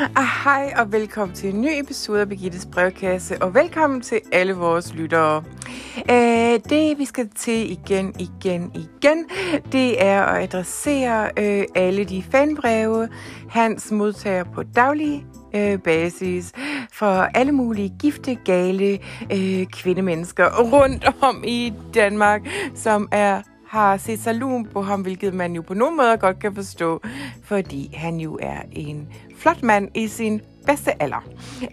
Hej og velkommen til en ny episode af Birgittes brevkasse, og velkommen til alle vores lyttere. Det vi skal til igen, det er at adressere alle de fanbreve, Hans modtager på daglig basis for alle mulige gifte, gale kvindemennesker rundt om i Danmark, som har set sig lun på ham, hvilket man jo på nogle måder godt kan forstå, fordi han jo er en flot mand i sin bedste alder.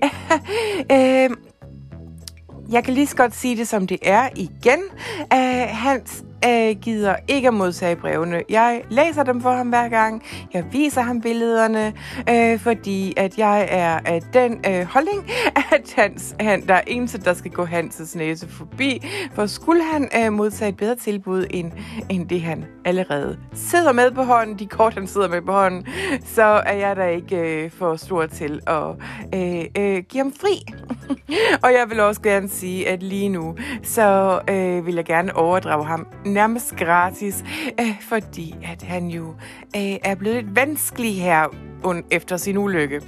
Jeg kan lige så godt sige det, som det er igen. Hans gider ikke at modtage brevene. Jeg læser dem for ham hver gang. Jeg viser ham billederne, fordi at jeg er af den holdning, at der er eneste, der skal gå Hans' næse forbi. For skulle han modtage et bedre tilbud, end det han allerede sidder med på hånden, de kort han sidder med på hånden, så er jeg da ikke for stor til at give ham fri. Og jeg vil også gerne sige, at lige nu, så vil jeg gerne overdrage ham nærmest gratis, fordi at han jo er blevet lidt vanskelig her efter sin ulykke.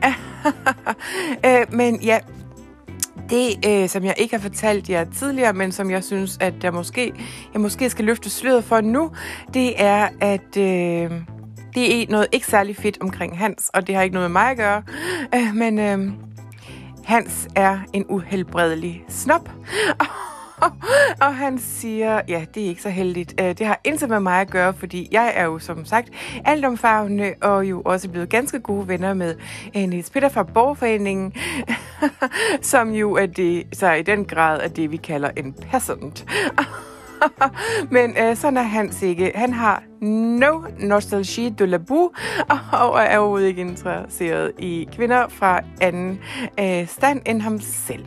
Men ja, det, som jeg ikke har fortalt jer tidligere, men som jeg synes, at jeg måske skal løfte sløret for nu, det er, at det er noget ikke særlig fedt omkring Hans, og det har ikke noget med mig at gøre, men Hans er en uhelbredelig snop. Og han siger, ja, det er ikke så heldigt. Det har intet med mig at gøre, fordi jeg er jo som sagt altomfavnende og jo også blevet ganske gode venner med Niels Peter fra Borgerforeningen, som jo er det, så i den grad er det, vi kalder en peasant. Men sådan er Hans ikke. Han har no nostalgie de la boue, og er overhovedet ikke interesseret i kvinder fra anden stand end ham selv.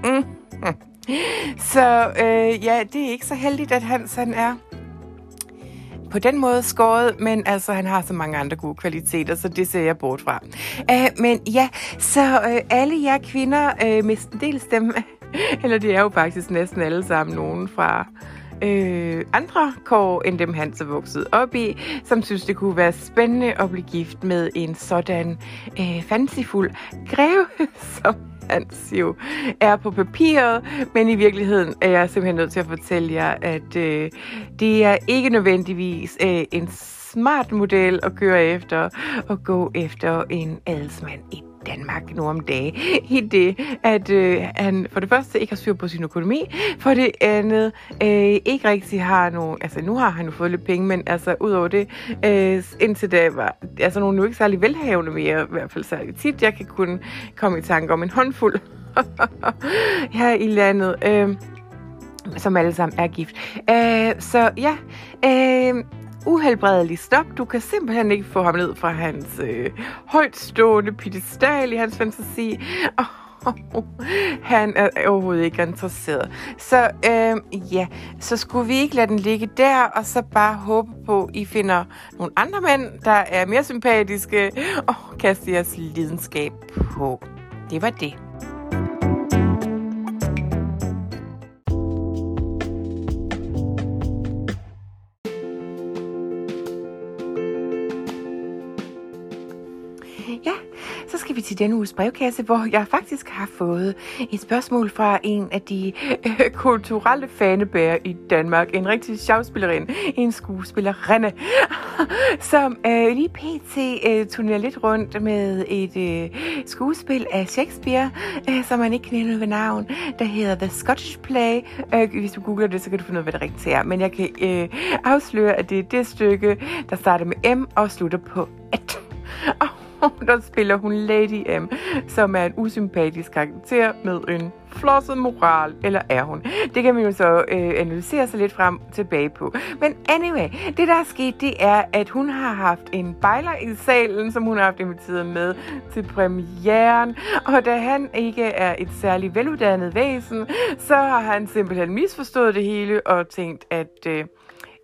Så ja, det er ikke så heldigt, at han er på den måde skåret, men altså han har så mange andre gode kvaliteter, så det ser jeg bort fra. Men ja, så alle jer kvinder, mestendels dem, eller det er jo faktisk næsten alle sammen nogen fra andre kår end dem Hans er vokset op i, som synes det kunne være spændende at blive gift med en sådan fantasifuld greve, som Hans jo er på papiret, men i virkeligheden er jeg simpelthen nødt til at fortælle jer, at det er ikke nødvendigvis en smart model at køre efter og gå efter en adelsmand i Danmark nu om dagen, i det, at han for det første ikke har styr på sin økonomi, for det andet ikke rigtig har nogen, altså nu har han jo fået lidt penge, men altså udover det, indtil da var altså nogle jo ikke særlig velhavende mere, i hvert fald særlig tit. Jeg kan kun komme i tanke om en håndfuld her i landet, som alle sammen er gift. Så ja, uhelbredelig stop. Du kan simpelthen ikke få ham ned fra hans højtstående piedestal i hans fantasi. Han er overhovedet ikke interesseret. Så ja, så skulle vi ikke lade den ligge der, og så bare håbe på, at I finder nogle andre mænd, der er mere sympatiske, og kaste jeres lidenskab på. Det var det. Ja, så skal vi til denne uges brevkasse, hvor jeg faktisk har fået et spørgsmål fra en af de kulturelle fanebærer i Danmark. En rigtig sjovspillerinde, en skuespillerinde, som lige pt. Turnerer lidt rundt med et skuespil af Shakespeare, som man ikke kender ved navn, der hedder The Scottish Play. Hvis du googler det, så kan du finde ud af, hvad det rigtigt er. Men jeg kan afsløre, at det er det stykke, der starter med M og slutter på et. Der spiller hun Lady M, som er en usympatisk karakter med en flosset moral, eller er hun? Det kan man jo så analysere sig lidt frem tilbage på. Men anyway, det der er sket, det er, at hun har haft en bejler i salen, som hun har haft inviteret med til premieren, og da han ikke er et særligt veluddannet væsen, så har han simpelthen misforstået det hele og tænkt, at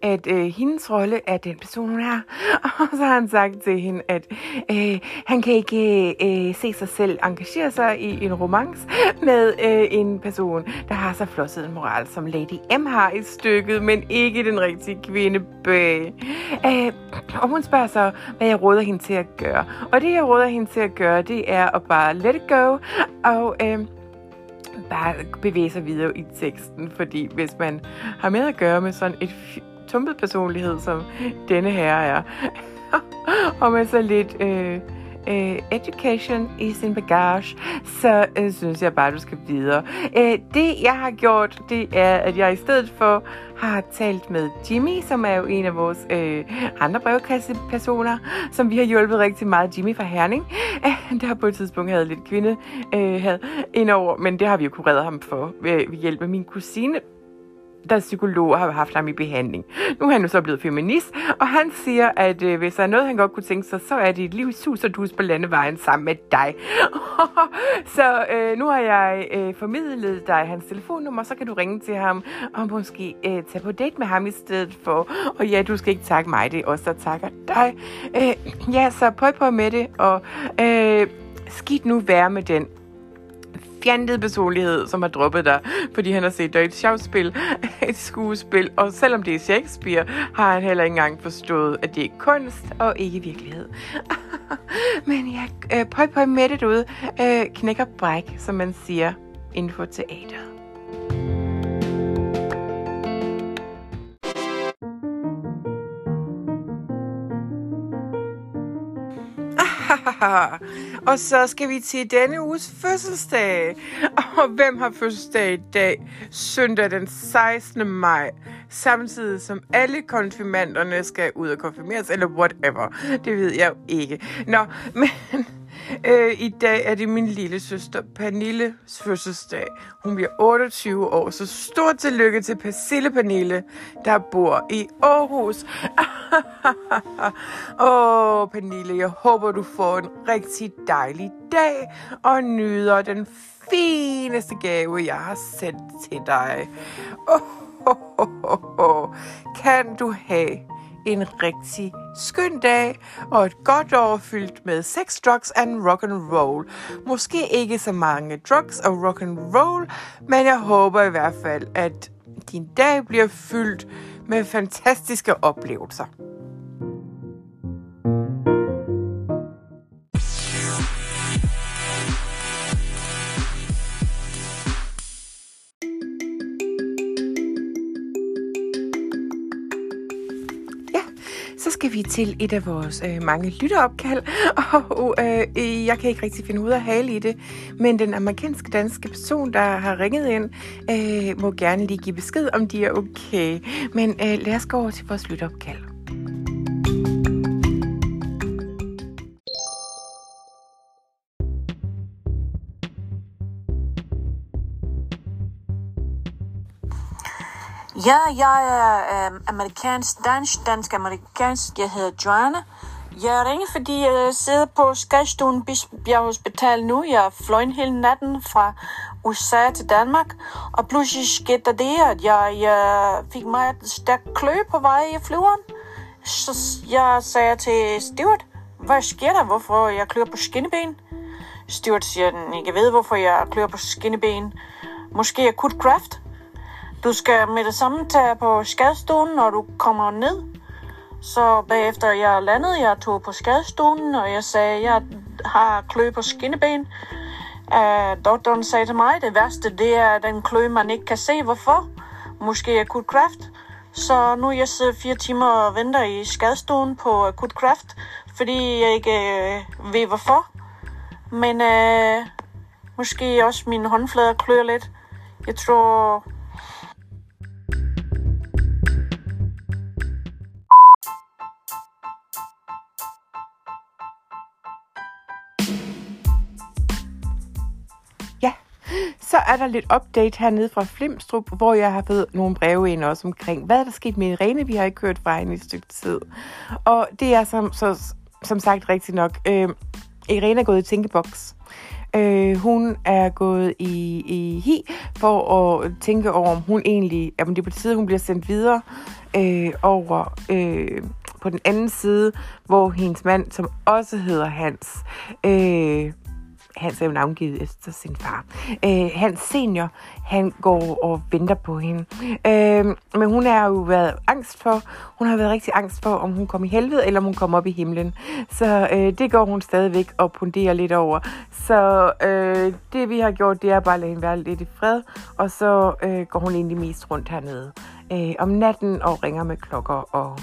at hendes rolle er den person, hun er. Og så har han sagt til hende, at han kan ikke se sig selv engagere sig i en romance med en person, der har så flosset en moral, som Lady M har i stykket, men ikke den rigtige kvinde bag. Og hun spørger så, hvad jeg råder hende til at gøre. Og det, jeg råder hende til at gøre, det er at bare let it go, og bare bevæge sig videre i teksten, fordi hvis man har med at gøre med sådan et tumpet personlighed, som denne her er, og med så lidt education i sin bagage, så synes jeg bare, du skal videre. Det, jeg har gjort, det er, at jeg i stedet for har talt med Jimmy, som er jo en af vores andre brevkassepersoner, som vi har hjulpet rigtig meget. Jimmy fra Herning, der har på et tidspunkt havde lidt kvinde indover, men det har vi jo kureret ham for ved hjælp af min kusine, der er psykolog og har haft ham i behandling. Nu er han jo så blevet feminist, og han siger, at hvis der er noget, han godt kunne tænke sig, så er det et liv i sus og dus på landevejen sammen med dig. Så nu har jeg formidlet dig hans telefonnummer, så kan du ringe til ham og måske tage på date med ham i stedet for. Og ja, du skal ikke takke mig, det er os, der takker dig. Ja, så prøv med det, og skidt nu være med den fjandede personlighed, som har droppet dig, fordi han har set dig et sjovspil, et skuespil, og selvom det er Shakespeare, har han heller ikke engang forstået, at det er kunst og ikke virkelighed. Men ja, prøv med det derude. Knæk og bræk, som man siger inden for teater. Og så skal vi til denne uges fødselsdag. Og hvem har fødselsdag i dag? Søndag den 16. maj. Samtidig som alle konfirmanderne skal ud og konfirmeres, eller whatever. Det ved jeg jo ikke. Nå, men i dag er det min lille søster Pernilles fødselsdag. Hun bliver 28 år, så stort tillykke til Pernille, der bor i Aarhus. Pernille, jeg håber, du får en rigtig dejlig dag og nyder den fineste gave, jeg har sendt til dig. Kan du have en rigtig skøn dag og et godt år fyldt med sex, drugs and rock and roll. Måske ikke så mange drugs og rock and roll, men jeg håber i hvert fald, at din dag bliver fyldt med fantastiske oplevelser. Så skal vi til et af vores mange lytteopkald, og jeg kan ikke rigtig finde ud af hale i det, men den amerikanske danske person, der har ringet ind, må gerne lige give besked, om de er okay. Men lad os gå over til vores lytteopkald. Ja, jeg er dansk-amerikansk. Jeg hedder Joanne. Jeg ringer, fordi jeg sidder på skadestuen Bispebjerg Hospital nu. Jeg fløj hele natten fra USA til Danmark. Og pludselig skete der det, at jeg fik meget stærk klø på vej i flyveren. Så jeg sagde til Stuart, hvad sker der? Hvorfor jeg klør på skinneben? Stuart siger, at jeg ved, hvorfor jeg klør på skinneben. Måske akut kræft. Du skal med det samme tage på skadestuen, når du kommer ned. Så bagefter jeg landede, jeg tog på skadestuen, og jeg sagde, at jeg har klø på skinneben. Doktoren sagde til mig, at det værste det er den klø, man ikke kan se hvorfor. Måske akut kræft. Så nu jeg sidder 4 timer og venter i skadestuen på akut kræft, fordi jeg ikke ved hvorfor. Men måske også mine håndflader klør lidt. Jeg tror... Så er der lidt update hernede fra Flimstrup, hvor jeg har fået nogle breve ind også omkring, hvad der skete med Irene. Vi har ikke hørt fra hende i et stykke tid. Og det er som sagt rigtigt nok. Irene er gået i tænkeboks. Hun er gået i hi for at tænke over, om hun egentlig, om det er på tide, hun bliver sendt videre over på den anden side, hvor hendes mand, som også hedder Hans, Hans er jo navngivet efter sin far. Hans senior, han går og venter på hende. Men hun har jo været hun har været rigtig angst for, om hun kommer i helvede, eller om hun kommer op i himlen. Så det går hun stadigvæk og punderer lidt over. Så det vi har gjort, det er bare at lade hende være lidt i fred, og så går hun egentlig mest rundt hernede om natten og ringer med klokker og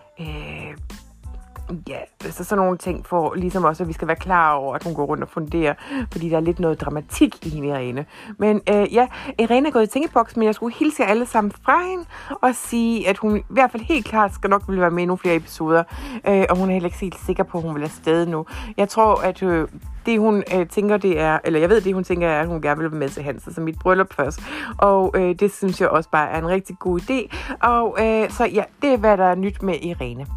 ja, så sådan nogle ting for ligesom også, at vi skal være klar over, at hun går rundt og funderer, fordi der er lidt noget dramatik i hende, Irene. Men ja, Irene er gået i tænkeboks, men jeg skulle hilse jer alle sammen fra hende og sige, at hun i hvert fald helt klart skal nok vil være med i nogle flere episoder, og hun er heller ikke helt sikker på, at hun vil afsted nu. Jeg tror, at det hun tænker, det er, eller jeg ved, det hun tænker er, at hun gerne vil være med til Hans, altså mit bryllup først. Og det synes jeg også bare er en rigtig god idé. Og så ja, det er, hvad der er nyt med Irene.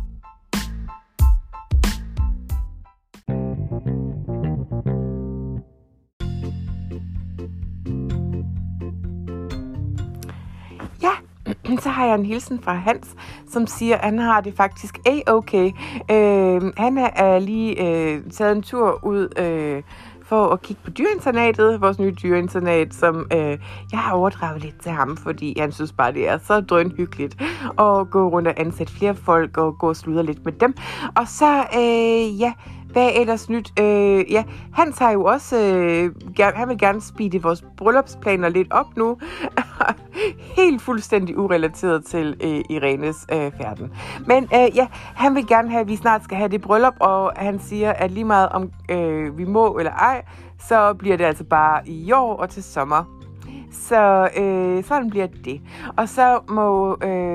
Så har jeg en hilsen fra Hans, som siger, at han har det faktisk okay. Han er lige taget en tur ud for at kigge på dyreinternatet, vores nye dyrinternat, som jeg har overdraget lidt til ham, fordi han synes bare, det er så drønhyggeligt at gå rundt og ansætte flere folk og gå og sludre lidt med dem. Og så, ja, hvad er ellers nyt? Ja, Hans har jo også, han vil gerne speede vores bryllupsplaner lidt op nu. Helt fuldstændig urelateret til Irenes færden. Men ja, han vil gerne have, at vi snart skal have det bryllup, og han siger, at lige meget om vi må eller ej, så bliver det altså bare i år og til sommer. Så sådan bliver det. Og så må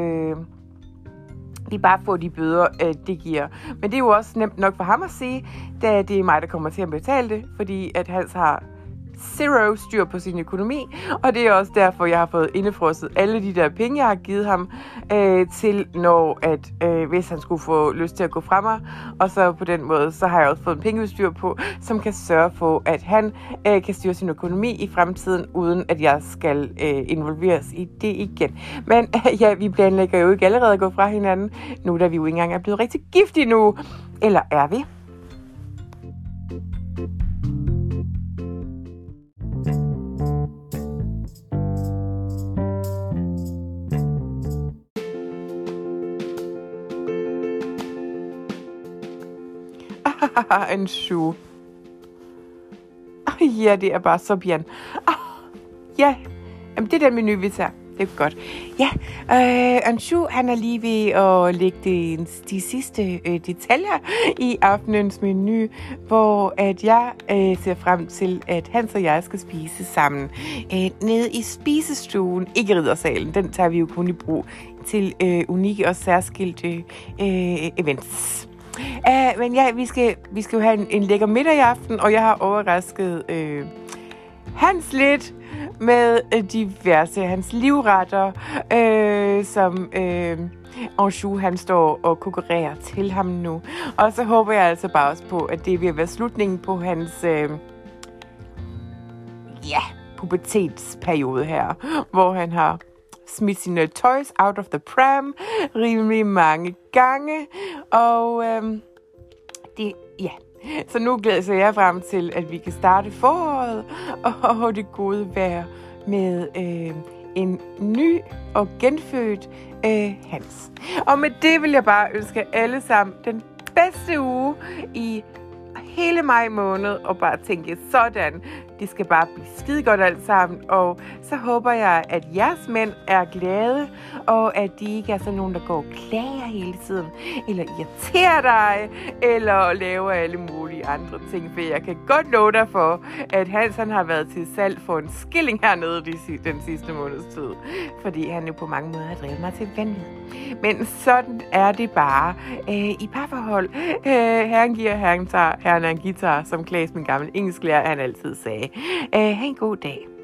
de bare få de bøder, det giver. Men det er jo også nemt nok for ham at sige, da det er mig, der kommer til at betale det, fordi at Hans har zero styr på sin økonomi, og det er også derfor, jeg har fået indefrosset alle de der penge, jeg har givet ham, til når, at hvis han skulle få lyst til at gå fra mig, og så på den måde, så har jeg også fået en pengeudstyr på, som kan sørge for, at han kan styre sin økonomi i fremtiden, uden at jeg skal involveres i det igen. Men ja, vi planlægger jo ikke allerede at gå fra hinanden, nu da vi jo ikke engang er blevet rigtig giftige nu. Eller er vi? Anshu. Ja, det er bare så bien. Ja, jamen, det er den menu, vi tager. Det er godt. Ja, Anshu, han er lige ved at lægge de sidste detaljer i aftenens menu, hvor at jeg ser frem til, at Hans og jeg skal spise sammen nede i spisestuen. Ikke riddersalen, den tager vi jo kun i brug til unikke og særskilte events. Men ja, vi skal jo have en lækker middag i aften, og jeg har overrasket Hans lidt med diverse hans livretter, som Anshu han står og konkurrerer til ham nu. Og så håber jeg altså bare også på, at det vil være slutningen på hans pubertetsperiode her, hvor han har smidt sine toys out of the pram rimelig mange gange, og så nu glæder jeg frem til, at vi kan starte foråret og det gode vejr med en ny og genfødt Hans. Og med det vil jeg bare ønske alle sammen den bedste uge i hele maj måned, og bare tænke sådan, det skal bare blive skide godt alt sammen, og så håber jeg, at jeres mænd er glade, og at de ikke er sådan nogen, der går og klager hele tiden, eller irriterer dig, eller laver alle mulige andre ting, for jeg kan godt love dig for, at Hans han har været til salg for en skilling hernede den sidste måneds tid, fordi han jo på mange måder har drevet mig til vanvid. Men sådan er det bare i parforhold. Herren giver, herren tager, herren er en guitar, som Klaas, min gamle engelsklærer, han altid sagde. Ha' en god dag.